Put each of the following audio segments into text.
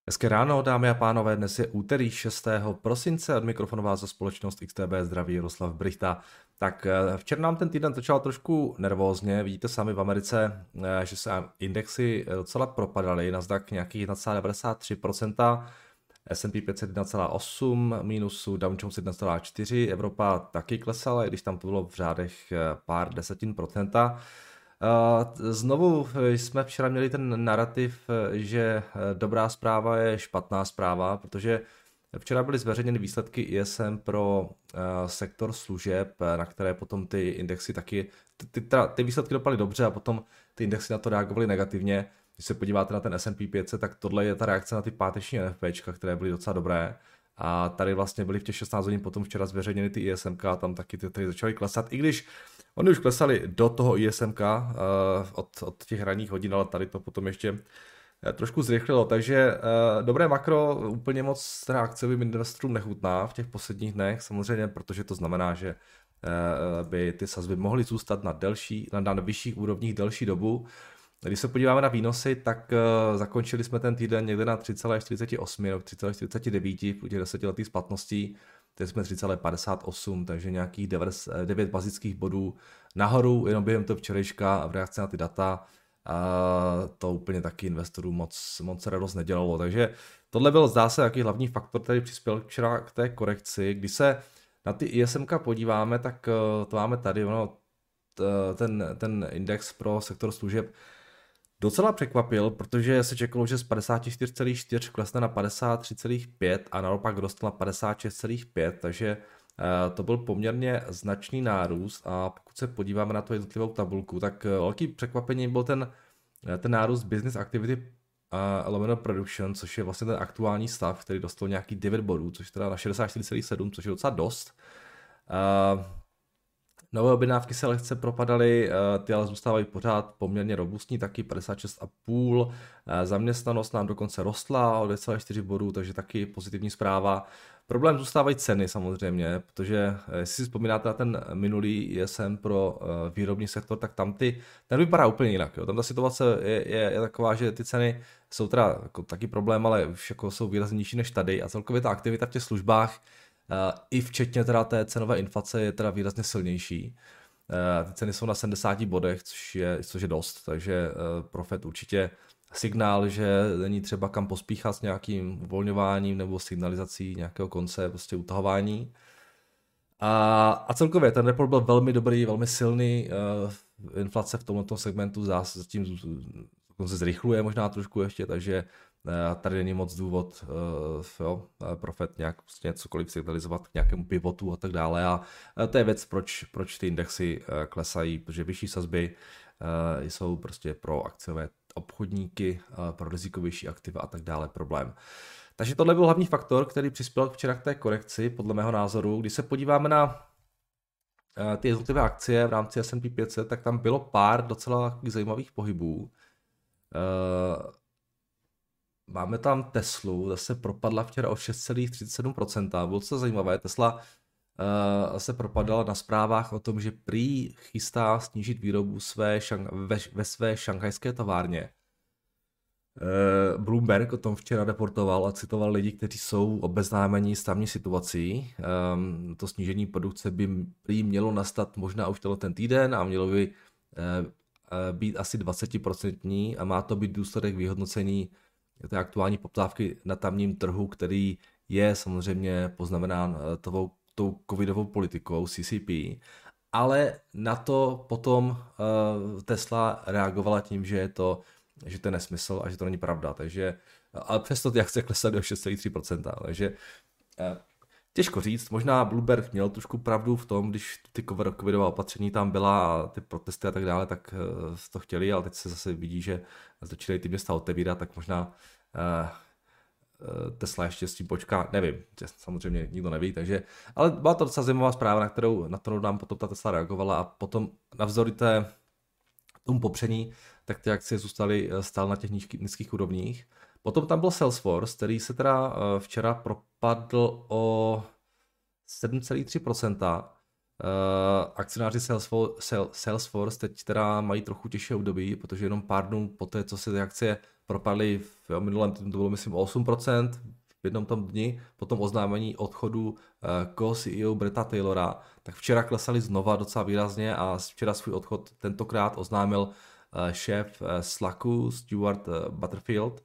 Hezké ráno, dámy a pánové, dnes je úterý 6. prosince, od mikrofonu vás za společnost XTB zdraví Jaroslav Brychta. Tak včera nám ten týden začal trošku nervózně, vidíte sami v Americe, že se indexy docela propadaly, Nasdaq nějakých 1,93%, S&P 500 1,8 mínusu, Dow Jones 1,4, Evropa taky klesala, i když tam to bylo v řádech pár desetin procenta. Znovu jsme včera měli ten narrativ, že dobrá zpráva je špatná zpráva, protože včera byly zveřejněny výsledky ISM pro sektor služeb, na které potom ty indexy taky, ty výsledky dopadly dobře a potom ty indexy na to reagovaly negativně. Když se podíváte na ten S&P 500, tak tohle je ta reakce na ty páteční NFPčka, které byly docela dobré. A tady vlastně byly v těch 16 hodin potom včera zveřejněny ty ISMK a tam taky ty začaly klesat, i když oni už klesali do toho ISMK od těch ranních hodin, ale tady to potom ještě trošku zrychlilo, takže dobré makro úplně moc teda akciovým investorům nechutná v těch posledních dnech, samozřejmě, protože to znamená, že by ty sazby mohly zůstat na vyšších úrovních delší dobu. Když se podíváme na výnosy, tak zakončili jsme ten týden někde na 3,48 nebo 3,49 u těch 10letých splatností. Teď jsme 3,58, takže nějakých 9 bazických bodů nahoru, jenom během toho včerejška v reakci na ty data. To úplně taky investorům moc radost nedělalo. Takže tohle byl, zdá se, jaký hlavní faktor, který přispěl včera k té korekci. Když se na ty ISMK podíváme, tak to máme tady, ten index pro sektor služeb docela překvapil, protože se čekalo, že z 54,4 klesne na 53,5 a naopak rostl na 56,5, takže to byl poměrně značný nárůst a pokud se podíváme na tu jednotlivou tabulku, tak velký překvapení byl ten nárůst business activity lomeno production, což je vlastně ten aktuální stav, který dostal nějaký 9 bodů, což teda na 64,7, což je docela dost. Nové objednávky se lehce propadaly, ty ale zůstávají pořád poměrně robustní, taky 56,5. Zaměstnanost nám dokonce rostla o 2,4 bodů, takže taky pozitivní zpráva. Problém zůstávají ceny samozřejmě, protože jestli si vzpomínáte na ten minulý ISM pro výrobní sektor, tak tam ten vypadá úplně jinak. Jo. Tam ta situace je taková, že ty ceny jsou teda jako taky problém, ale už jako jsou výrazně nižší než tady a celkově ta aktivita v těch službách i včetně teda té cenové inflace je teda výrazně silnější. Ty ceny jsou na 70 bodech, což je dost, takže pro Fed určitě signál, že není třeba kam pospíchat s nějakým uvolňováním nebo signalizací nějakého konce, prostě utahování. A celkově ten report byl velmi dobrý, velmi silný, inflace v tomto segmentu zatím se zrychluje možná trošku ještě, takže tady není moc důvod pro Fed nějak prostě cokoliv signalizovat k nějakému pivotu a tak dále a to je věc, proč ty indexy klesají, protože vyšší sazby jsou prostě pro akciové obchodníky, pro rizikovější aktiva a tak dále problém. Takže tohle byl hlavní faktor, který přispěl včera k té korekci, podle mého názoru. Když se podíváme na ty jednotlivé akcie v rámci S&P 500, tak tam bylo pár docela zajímavých pohybů. Máme tam Teslu, zase propadla včera o 6,37%, bylo to zajímavé, Tesla se propadala na zprávách o tom, že prý chystá snížit výrobu ve své šanghajské továrně. Bloomberg o tom včera reportoval a citoval lidi, kteří jsou obeznámeni s tamní situací. To snížení produkce by prý mělo nastat možná už ten týden a mělo by být asi 20% a má to být důsledek vyhodnocení té aktuální poptávky na tamním trhu, který je samozřejmě poznamenán tou covidovou politikou CCP, ale na to potom Tesla reagovala tím, že to je nesmysl a že to není pravda, takže ale přesto ty akcie klesaly do 6,3%, takže těžko říct, možná Bloomberg měl trošku pravdu v tom, když ty covidová opatření tam byla a ty protesty a tak dále, tak to chtěli, ale teď se zase vidí, že začínají ty města otevírat, tak možná Tesla ještě s tím počká, nevím, samozřejmě nikdo neví, takže, ale byla to docela zajímavá zpráva, na kterou nám potom ta Tesla reagovala a potom navzdory tomu popření, tak ty akcie zůstaly stále na těch nízkých úrovních. Potom tam byl Salesforce, který se teda včera propadl o 7,3%. Akcionáři Salesforce teď teda mají trochu těžší období, protože jenom pár dnů po té, co se ty akcie propadly v minulém týdnu, to bylo myslím o 8% v jednom tom dni, potom oznámení odchodu co-CEO Bretta Taylora, tak včera klesali znova docela výrazně a včera svůj odchod tentokrát oznámil šéf Slacku Stuart Butterfield,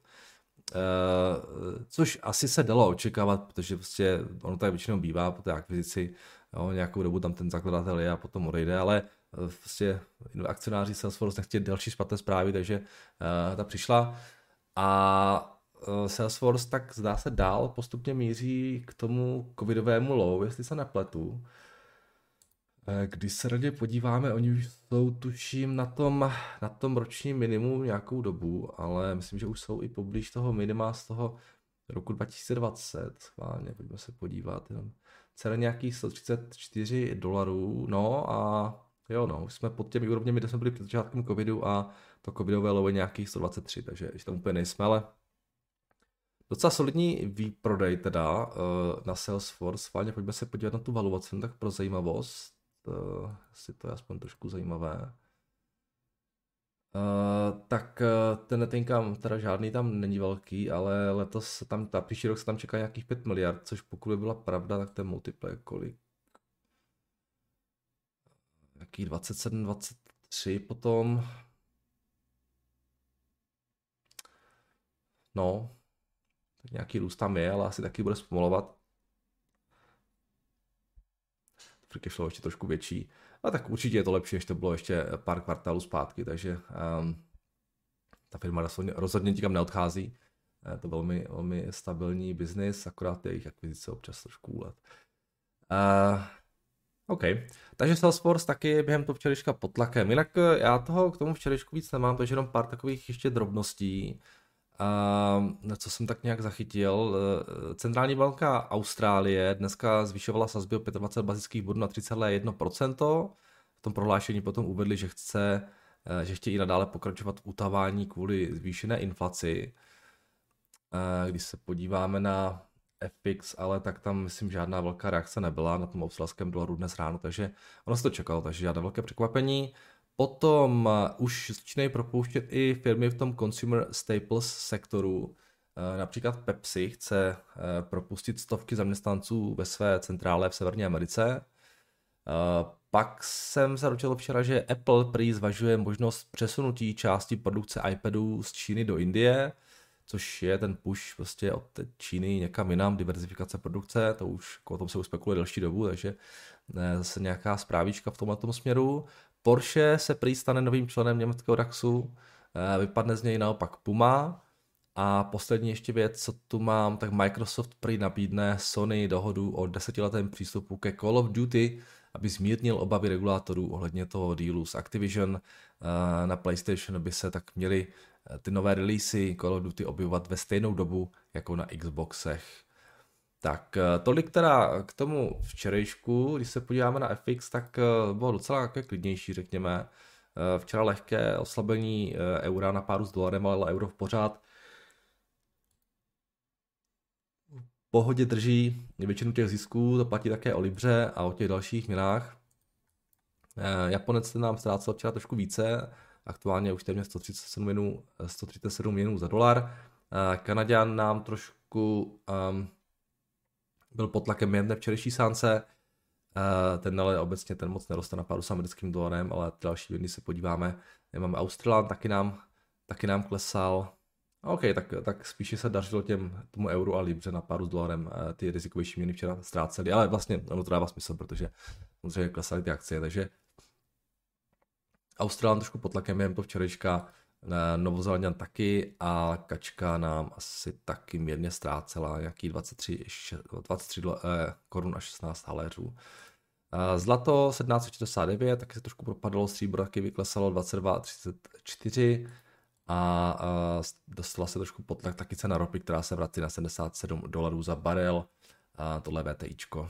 což asi se dalo očekávat, protože prostě ono tak většinou bývá po té akvizici, jo, nějakou dobu tam ten zakladatel je a potom odejde, ale prostě akcionáři Salesforce nechtěli další špatné zprávy, takže ta přišla a Salesforce tak zdá se dál postupně míří k tomu covidovému low, jestli se nepletu. Když se raději podíváme, oni už jsou tuším na tom ročním minimu nějakou dobu, ale myslím, že už jsou i poblíž toho minima z toho roku 2020. Schválně, pojďme se podívat. Cena nějakých $134, no a jo, no, už jsme pod těmi úrovněmi, kde jsme byli před začátkem covidu a to covidové low je nějakých 123, takže ještě tam úplně nejsme, ale docela solidní výprodej teda na Salesforce. Schválně pojďme se podívat na tu valuaci, tak pro zajímavost. Asi to je aspoň trošku zajímavé. Tak ten net income teda žádný tam není velký, ale letos se tam, příští rok se tam čeká nějakých 5 miliard, což pokud by byla pravda, tak ten multiple je kolik? Jaký 27, 23 potom. No, tak nějaký růst tam je, ale asi taky bude zpomalovat. Free cash flow ještě trošku větší. A tak určitě je to lepší, než to bylo ještě pár kvartálů zpátky, takže ta firma rozhodně nikam neodchází. To byl velmi stabilní biznis, akorát jejich akvizice občas trošku úlet. OK, takže Salesforce taky během toho včerejška pod tlakem. Jinak já toho k tomu včerejšku víc nemám, takže jenom pár takových ještě drobností. Co jsem tak nějak zachytil, centrální banka Austrálie dneska zvyšovala sazby o 25 bazických bodů na 3,1%. V tom prohlášení potom uvedli, že chtějí i nadále pokračovat v utávání kvůli zvýšené inflaci. Když se podíváme na FX, ale tak tam myslím žádná velká reakce nebyla na tom australském dolaru dnes ráno, takže ono se to čekalo, takže žádné velké překvapení. Potom už začínají propouštět i firmy v tom consumer staples sektoru. Například Pepsi chce propustit stovky zaměstnanců ve své centrále v Severní Americe. Pak jsem se dočetl včera, že Apple prý zvažuje možnost přesunutí části produkce iPadů z Číny do Indie, což je ten push prostě od Číny někam jinam, diverzifikace produkce, to už o tom se už spekuluje delší dobu, takže zase nějaká zprávíčka v tomhle směru. Porsche se prý stane novým členem německého DAXu, vypadne z něj naopak Puma a poslední ještě věc, co tu mám, tak Microsoft prý nabídne Sony dohodu o 10letém přístupu ke Call of Duty, aby zmírnil obavy regulátorů ohledně toho dealu s Activision. Na PlayStation by se tak měly ty nové releasy Call of Duty objevovat ve stejnou dobu jako na Xboxech. Tak tolik teda k tomu včerejšku, když se podíváme na FX, tak bylo docela klidnější, řekněme. Včera lehké oslabení eura na páru s dolarem, ale euro v pořád v pohodě drží většinu těch zisků, to platí také o libře a o těch dalších měnách. Japonec nám ztrácel včera trošku více, aktuálně už téměř 137 jenů za dolar. Kanaďan nám trošku byl pod tlakem během včerejší sánce, ten ale obecně ten moc neroste na páru s americkým dolarem, ale ty další věny se podíváme. Máme Australan, taky nám klesal. OK, tak spíše se dařilo tomu euru a libře na páru s dolarem, ty rizikovější měny včera ztrácely, ale vlastně ono to dává smysl, protože samozřejmě klesaly ty akcie, takže Australan trošku pod tlakem během toho včerejška, Novozélanďan taky a kačka nám asi taky mírně ztrácela, nějaký 23 korun a 16 haléřů. Zlato 1769, taky se trošku propadlo, stříbro taky vyklesalo 22,34 a dostala se trošku pod tlak taky cena ropy, která se vrací na $77 za barel, a tohle je VTIčko.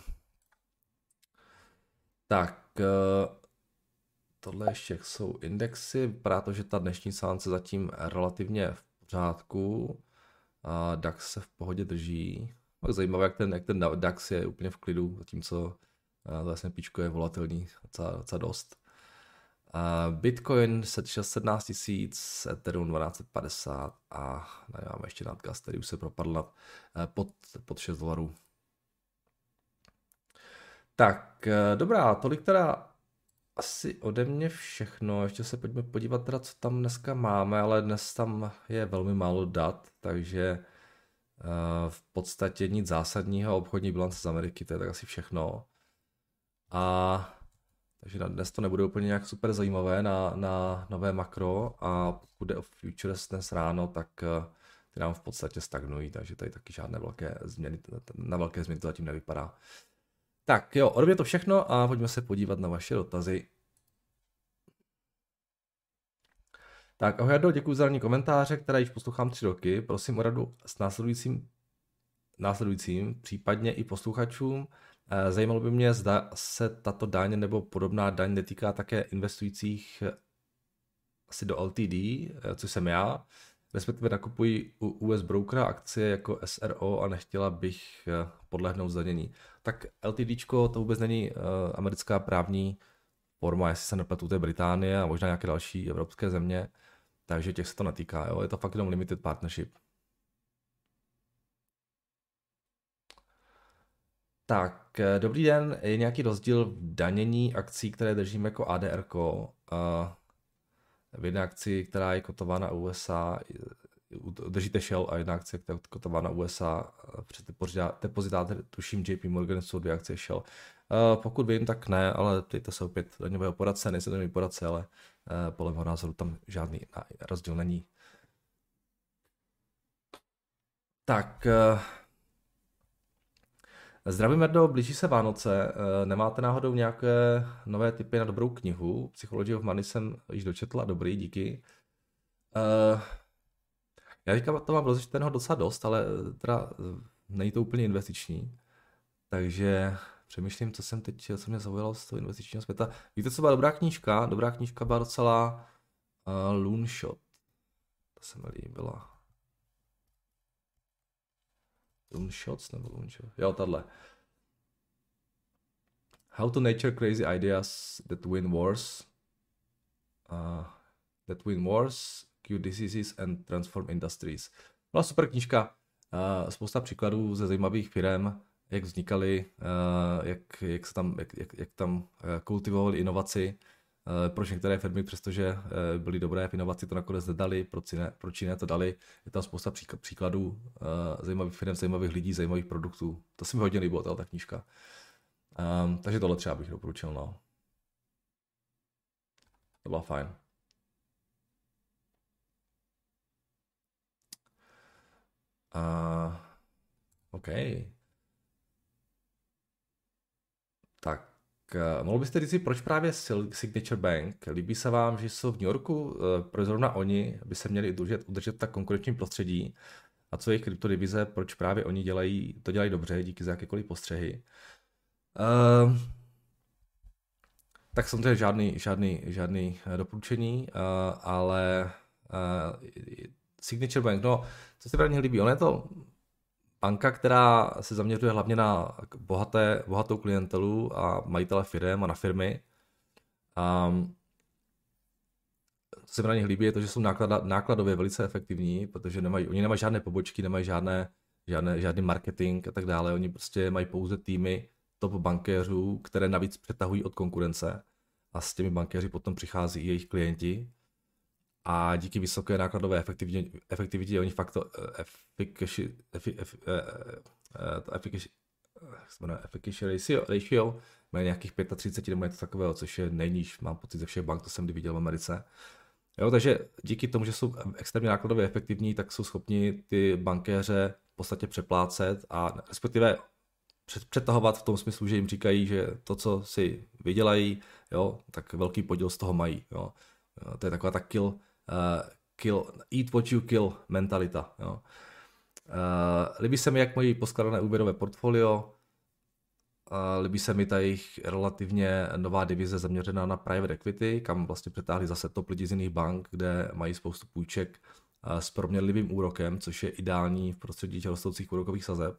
Tak, tohle ještě jsou indexy, vypadá to, že ta dnešní sánce zatím relativně v pořádku, DAX se v pohodě drží. Tak zajímavé, jak ten DAX je úplně v klidu, zatímco to S&Pčko je volatilní docela dost. Bitcoin 17 000, Ethereum 1250 a tady máme ještě nadgas, který už se propadl pod 6 dolarů. Tak, dobrá, tolik teda asi ode mě všechno. Ještě se pojďme podívat teda, co tam dneska máme, ale dnes tam je velmi málo dat, takže v podstatě nic zásadního. Obchodní bilance z Ameriky, to je tak asi všechno. Takže dnes to nebude úplně nějak super zajímavé na nové makro, a pokud jde o futures dnes ráno, tak ty nám v podstatě stagnují, takže tady taky žádné velké změny, na velké změny to zatím nevypadá. Tak jo, ode mě to všechno a pojďme se podívat na vaše dotazy. Tak ahoj Jardo, děkuji za komentáře, které již poslouchám 3 roky. Prosím o radu s následujícím, případně i posluchačům. Zajímalo by mě, zda se tato daň nebo podobná daň netýká také investujících asi do LTD, což jsem já, respektive nakupuji u US brokera akcie jako SRO a nechtěla bych podlehnout zdanění. Tak LTDčko to vůbec není americká právní forma, jestli se nepletu, to je Británie a možná nějaké další evropské země, takže těch se to netýká, jo? Je to fakt jenom limited partnership. Tak, dobrý den, je nějaký rozdíl v danění akcí, které držím jako ADR-ko? V jedné akci, která je kotována USA, držíte Shell, a jedna akcie, která je kotována USA, před depozitáře, tuším JP Morgan, jsou 2 akcie Shell. Pokud vím, tak ne, ale ptejte se opět daňového poradce, nejsem daňový poradce, ale podle mého názoru tam žádný rozdíl není. Tak, zdravím Jardo, blíží se Vánoce, nemáte náhodou nějaké nové tipy na dobrou knihu? Psychology of Money jsem již dočetla, dobrý, díky. Já teďka to mám rozečteného docela dost, ale teda není to úplně investiční, takže přemýšlím, co mě zaujalo z toho investičního světa. Víte, co byla dobrá knížka? Dobrá knížka byla docela Loonshot. To se mi líbila. Loonshots nebo Loonshot? Jo, tahle. How to Nature Crazy Ideas That Win Wars. Cure Diseases and Transform Industries. Byla super knížka. Spousta příkladů ze zajímavých firem, jak vznikaly, jak tam kultivovali inovaci, proč některé firmy, přestože byly dobré v inovaci, to nakonec nedali, proč jiné to dali. Je tam spousta příkladů zajímavých firm, zajímavých lidí, zajímavých produktů. To se mi hodně líbilo, ta knížka. Takže tohle třeba bych doporučil, no. To bylo fajn. OK. Tak, mohl byste říct si, proč právě Signature Bank? Líbí se vám, že jsou v New Yorku? Proč zrovna oni by se měli udržet tak konkurenčním prostředí? A co jejich kryptodivize, proč právě oni to dělají dobře, díky za jakékoliv postřehy? Tak samozřejmě žádný doporučení, ale Signature Bank, no, co se právě líbí, on je to banka, která se zaměřuje hlavně na bohatou klientelu a majitele firem a na firmy. Co se mi na nich líbí, je to, že jsou nákladově velice efektivní, protože oni nemají žádné pobočky, nemají žádný marketing a tak dále. Oni prostě mají pouze týmy top bankéřů, které navíc přetahují od konkurence, a s těmi bankéři potom přichází i jejich klienti. A díky vysoké nákladové efektivitě oni fakt to efficacy ratio mají nějakých 35 nebo něco takového, což je nejníž, mám pocit, ze všech bank, to jsem kdy viděl v Americe. Jo, takže díky tomu, že jsou extrémně nákladově efektivní, tak jsou schopni ty bankéře v podstatě přeplácet a respektive přetahovat v tom smyslu, že jim říkají, že to, co si vydělají, jo, tak velký podíl z toho mají. Jo. To je taková ta eat what you kill mentalita. Jo. Líbí se mi, jak mají poskladané úvěrové portfolio, líbí se mi ta jejich relativně nová divize zaměřená na private equity, kam vlastně přetáhli zase top lidi z jiných bank, kde mají spoustu půjček s proměnlivým úrokem, což je ideální v prostředí rostoucích úrokových sazeb.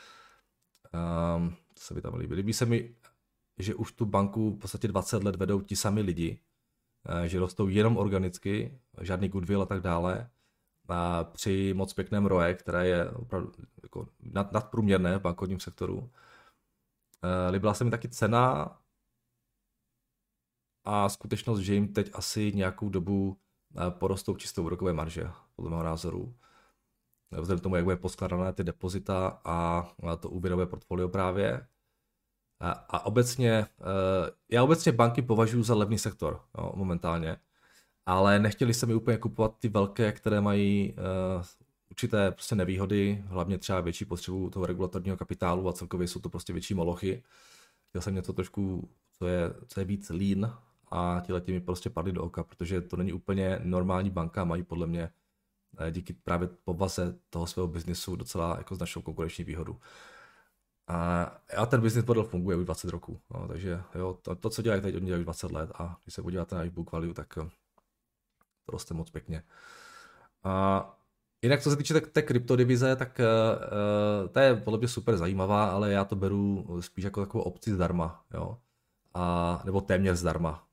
To se mi tam líbí. Líbí se mi, že už tu banku v podstatě 20 let vedou ti sami lidi, že rostou jenom organicky, žádný goodwill a tak dále. A při moc pěkném ROE, které je opravdu jako nadprůměrné v bankovním sektoru. Líbila se mi taky cena a skutečnost, že jim teď asi nějakou dobu porostou čistou úrokové marže, podle mého názoru. Vzhledem k tomu, jak bude poskladané ty depozita a to úvěrové portfolio právě. A obecně, já obecně banky považuji za levný sektor, jo, momentálně. Ale nechtěli se mi úplně kupovat ty velké, které mají určité prostě nevýhody, hlavně třeba větší potřebu toho regulatorního kapitálu a celkově jsou to prostě větší molochy. Chtěl jsem něco trošku, co je víc lean a tihleti mi prostě padly do oka, protože to není úplně normální banka, mají podle mě díky právě povaze toho svého biznisu docela jako značnou konkurenční výhodu. A ten business model funguje už 20 roků, no, takže jo, to, co dělají teď, oni dělají 20 let a když se podíváte na jejich book value, tak to roste moc pěkně. A jinak co se týče té kryptodivize, tak ta je podle mě super zajímavá, ale já to beru spíš jako takovou opci zdarma, jo, nebo téměř zdarma.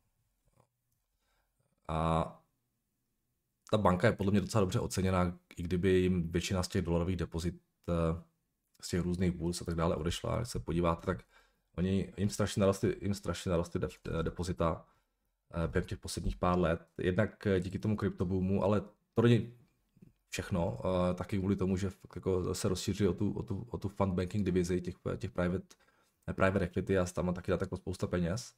A ta banka je podle mě docela dobře oceněná, i kdyby jim většina z těch dolarových depozit z těch různých burz a tak dále odešla. Když se podíváte, tak jim strašně narostly depozita během těch posledních pár let. Jednak díky tomu kryptoboomu, ale to není všechno. Taky kvůli tomu, že jako se rozšíří o tu fund banking divizi těch private equity a tam taky dát jako spousta peněz.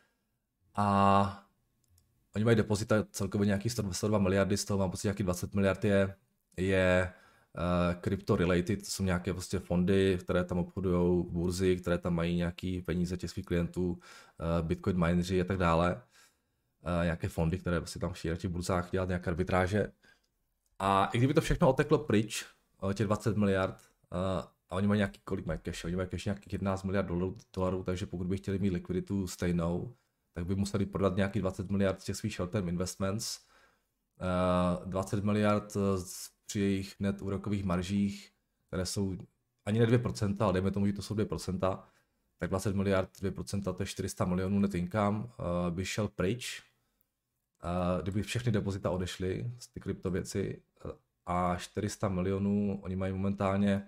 A oni mají depozita celkově nějaký 102 miliardy, z toho mám pocit, nějaký 20 miliard je crypto-related, to jsou nějaké prostě fondy, které tam obchodují, burzy, které tam mají nějaký peníze těch svých klientů, bitcoin mineři a tak dále. Nějaké fondy, které prostě tam chtějí na těch burzách dělat nějaké arbitráže. A i kdyby to všechno oteklo pryč, těch 20 miliard, a oni mají nějaký, kolik mají cash? Oni mají cash nějakých 11 miliard dolarů, takže pokud by chtěli mít likviditu stejnou, tak by museli prodat nějaký 20 miliard z těch svých short-term investments, 20 miliard při jejich net úrokových maržích, které jsou ani ne 2%, ale dejme tomu, že to jsou 2%, tak 20 miliard, 2%, to je 400 milionů net income, by šel pryč, kdyby všechny depozita odešly z ty kryptověci a 400 milionů, oni mají momentálně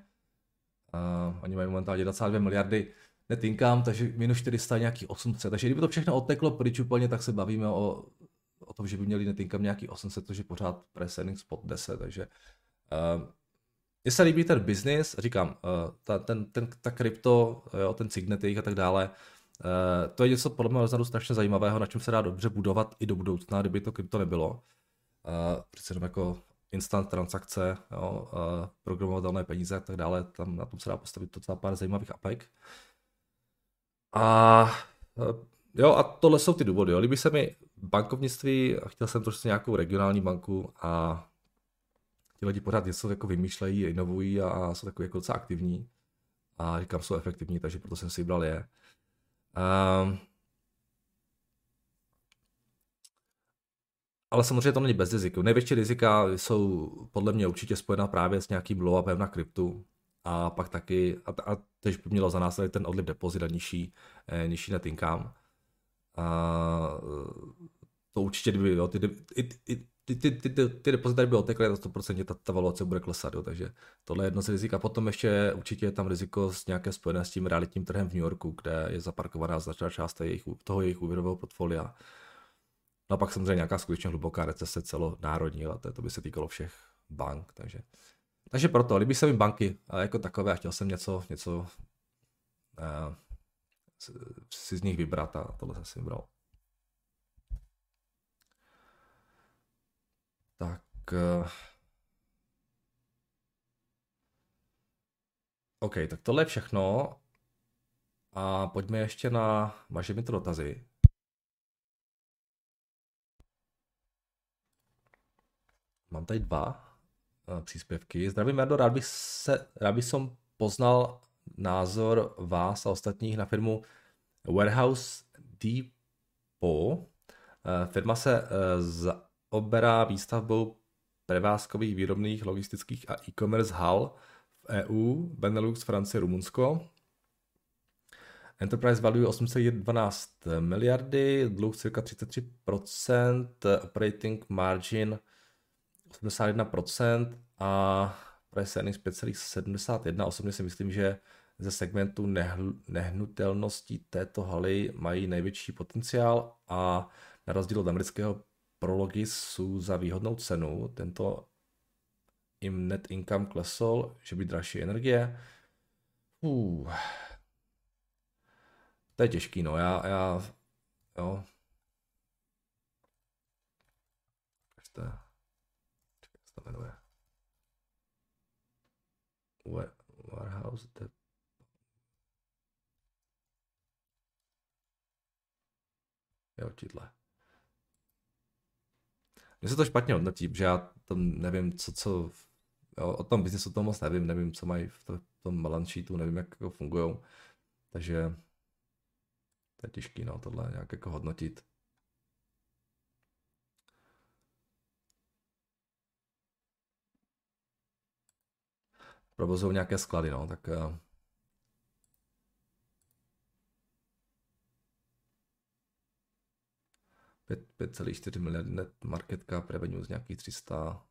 22 miliardy net income, takže minus 400 je nějakých 800, takže kdyby to všechno odteklo pryč úplně, tak se bavíme o tom, že by měli net income nějaký 800, což je pořád price earnings spot 10, takže mně se líbí ten business, říkám, ta krypto, jo, ten Signet a tak dále, to je něco podle mě opravdu strašně zajímavého, na čem se dá dobře budovat i do budoucna, kdyby to krypto nebylo. Přece jenom jako instant transakce, jo, programovatelné peníze a tak dále, tam na tom se dá postavit docela pár zajímavých apek. A jo, a tohle jsou ty důvody. Jo. Líbí se mi bankovnictví a chtěl jsem trošku nějakou regionální banku a ti lidi pořád něco jako vymýšlejí, inovují a jsou takový jako docela aktivní. A říkám, jsou efektivní, takže proto jsem si vybral je. Ale samozřejmě to není bez riziku. Největší rizika jsou podle mě určitě spojená právě s nějakým blow-upem na kryptu. A pak taky, a tež by mělo za následek ten odliv depozit a nižší net income. To určitě, kdyby jo, ty depozity by otekly, to 100% ta valuace bude klesat, jo, takže tohle je jedno z rizik. A potom ještě určitě je tam riziko s nějaké spojené s tím realitním trhem v New Yorku, kde je zaparkovaná značná část toho jejich úvěrového portfolia. No a pak samozřejmě nějaká skutečně hluboká recese celonárodní, ale to by se týkalo všech bank, takže proto, líbí se mi banky jako takové a chtěl jsem něco si z nich vybrat a tohle jsem si vybral. Tak. OK, tak tohle je všechno. A pojďme ještě na vaše mi to dotazy. Mám tady 2 příspěvky. Zdravím, Jardo, rád bych som poznal názor vás a ostatních na firmu Warehouse Depot. Firma se zaoberá výstavbou prevázkových výrobných, logistických a e-commerce hal v EU, Benelux, Francie, Rumunsko. Enterprise value 8,12 miliardy, dluh cirka 33%, operating margin 81% a price earnings 5,71. Osobně si myslím, že ze segmentu nehnutelností této haly mají největší potenciál a na rozdíl od amerického Prologisu za výhodnou cenu tento jim net income klesl, že by dražší energie. To je těžký, no. Jo. Jak se to jmenuje? Warehouse. Jo, tíhle. Mně se to špatně hodnotí, že já tam nevím, co jo, o tom biznesu to moc nevím, co mají v tom balance sheetu, nevím, jak jako fungujou. Takže to je těžký, no, tohle nějak jako hodnotit. Provozují nějaké sklady, no, tak 5,4 miliardy net market cap, revenue z nějakých 300.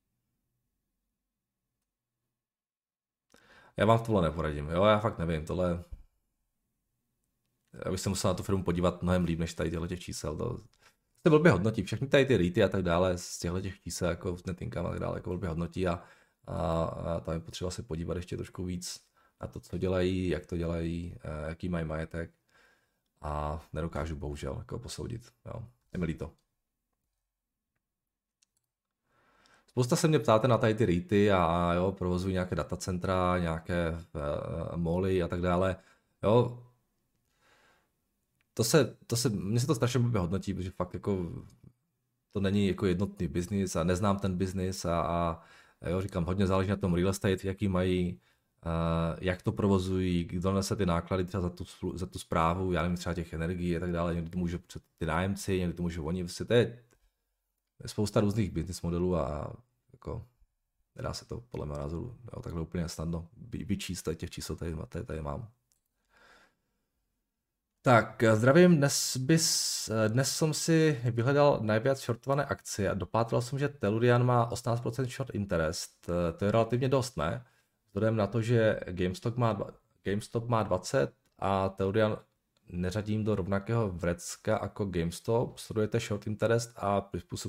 Já vám tohle neporadím, jo, já fakt nevím, tohle. Já bych se musel na tu firmu podívat mnohem líp, než tady těchto těch čísel. To se blbě hodnotí, všechny tady ty rejty a tak dále, z těchto těch čísel, jako s net income a tak dále, jako blbě hodnotí a tam je potřeba se podívat ještě trošku víc na to, co dělají, jak to dělají, jaký mají majetek a nedokážu bohužel jako posoudit, jo. Je mi líto. Spousta se mě ptáte na tady ty rejty a jo, provozují nějaké datacentra, nějaké moly a tak dále. Jo, mně se to strašně blbě hodnotí, protože fakt jako to není jako jednotný biznis a neznám ten biznis a jo, říkám, hodně záleží na tom real estate, jaký mají, jak to provozují, kdo nese ty náklady třeba za tu správu, já nevím, třeba těch energií a tak dále, někdy to může ty nájemci, někdy to můžou oni, vlastně to je spousta různých business modelů a jako nedá se to podle mého názoru takhle úplně snadno vyčíst, těch čísel tady mám. Tak, zdravím, dnes jsem si vyhledal nejvíc shortované akcie a dopátral jsem, že Tellurian má 18% short interest. To je relativně dost, ne? Vzhledem na to, že GameStop má 20 a Tellurian neřadím do rovnakého vrecka jako GameStop, sledujete short interest a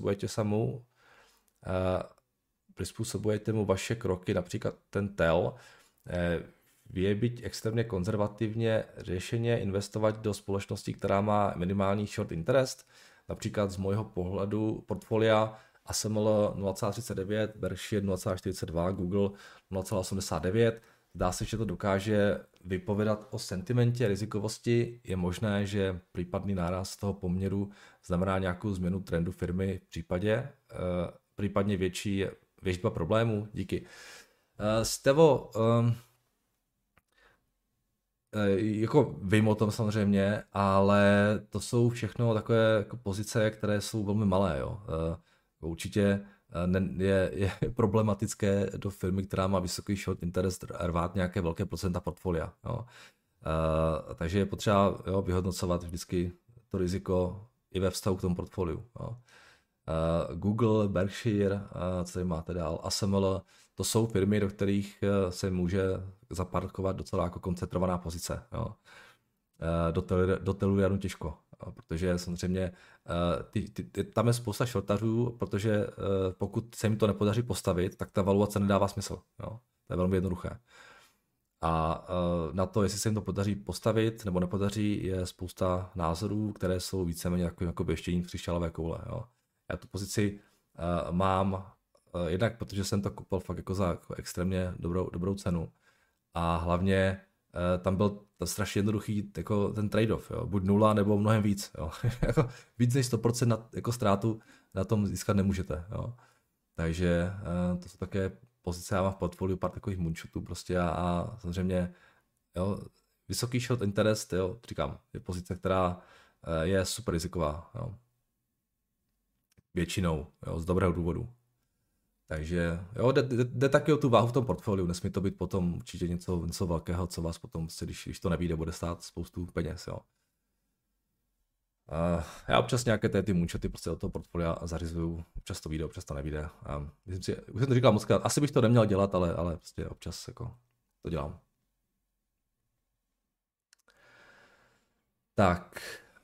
přizpůsobujete mu vaše kroky, například ten Tell, je být extrémně konzervativně řešeně investovat do společnosti, která má minimální short interest, například z mojho pohledu portfolia ASML 0,39, Berkshire 0,42, Google 0,89. Zdá se, že to dokáže vypovědat o sentimentě rizikovosti. Je možné, že případný náraz toho poměru znamená nějakou změnu trendu firmy v případně větší většina problémů. Díky. Stevo, jako vím o tom samozřejmě, ale to jsou všechno takové jako pozice, které jsou velmi malé. Jo. Určitě je problematické do firmy, která má vysoký short interest, rvát nějaké velké procenta portfolia. Jo. Takže je potřeba vyhodnocovat vždycky to riziko i ve vztahu k tomu portfoliu. Jo. Google, Berkshire, co tady máte dál, ASML, to jsou firmy, do kterých se může zaparkovat docela jako koncentrovaná pozice. Jo. Do Tellurianu těžko, protože samozřejmě tam je spousta shortařů, protože pokud se jim to nepodaří postavit, tak ta valuace nedává smysl. Jo. To je velmi jednoduché. A na to, jestli se jim to podaří postavit nebo nepodaří, je spousta názorů, které jsou víceméně jako běžtění v křišťálové koule. Jo. Já tu pozici mám jednak, protože jsem to koupil fakt jako za extrémně dobrou cenu a hlavně tam byl strašně jednoduchý jako ten trade-off, jo. Buď 0 nebo mnohem víc. Jo. Víc než 100% jako ztrátu na tom získat nemůžete. Jo. Takže to jsou také pozice, já mám v portfoliu pár takových moonshotů prostě a samozřejmě jo, vysoký short interest, jo, říkám, je pozice, která je super riziková. Jo. Většinou, jo, z dobrého důvodu. Takže jo, jde taky o tu váhu v tom portfoliu, nesmí to být potom určitě něco velkého, co vás potom, když to nevíde, bude stát spoustu peněz, jo. Já občas nějaké ty moonshoty prostě od toho portfolia zařizuju, občas to vyjde, občas to nevyjde. Myslím si, už jsem to říkal mockrát, asi bych to neměl dělat, ale prostě občas jako to dělám. Tak,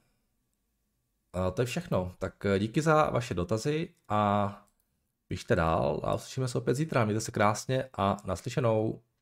to je všechno. Tak díky za vaše dotazy a běžte dál a uslyšíme se opět zítra. Mějte se krásně a naslyšenou.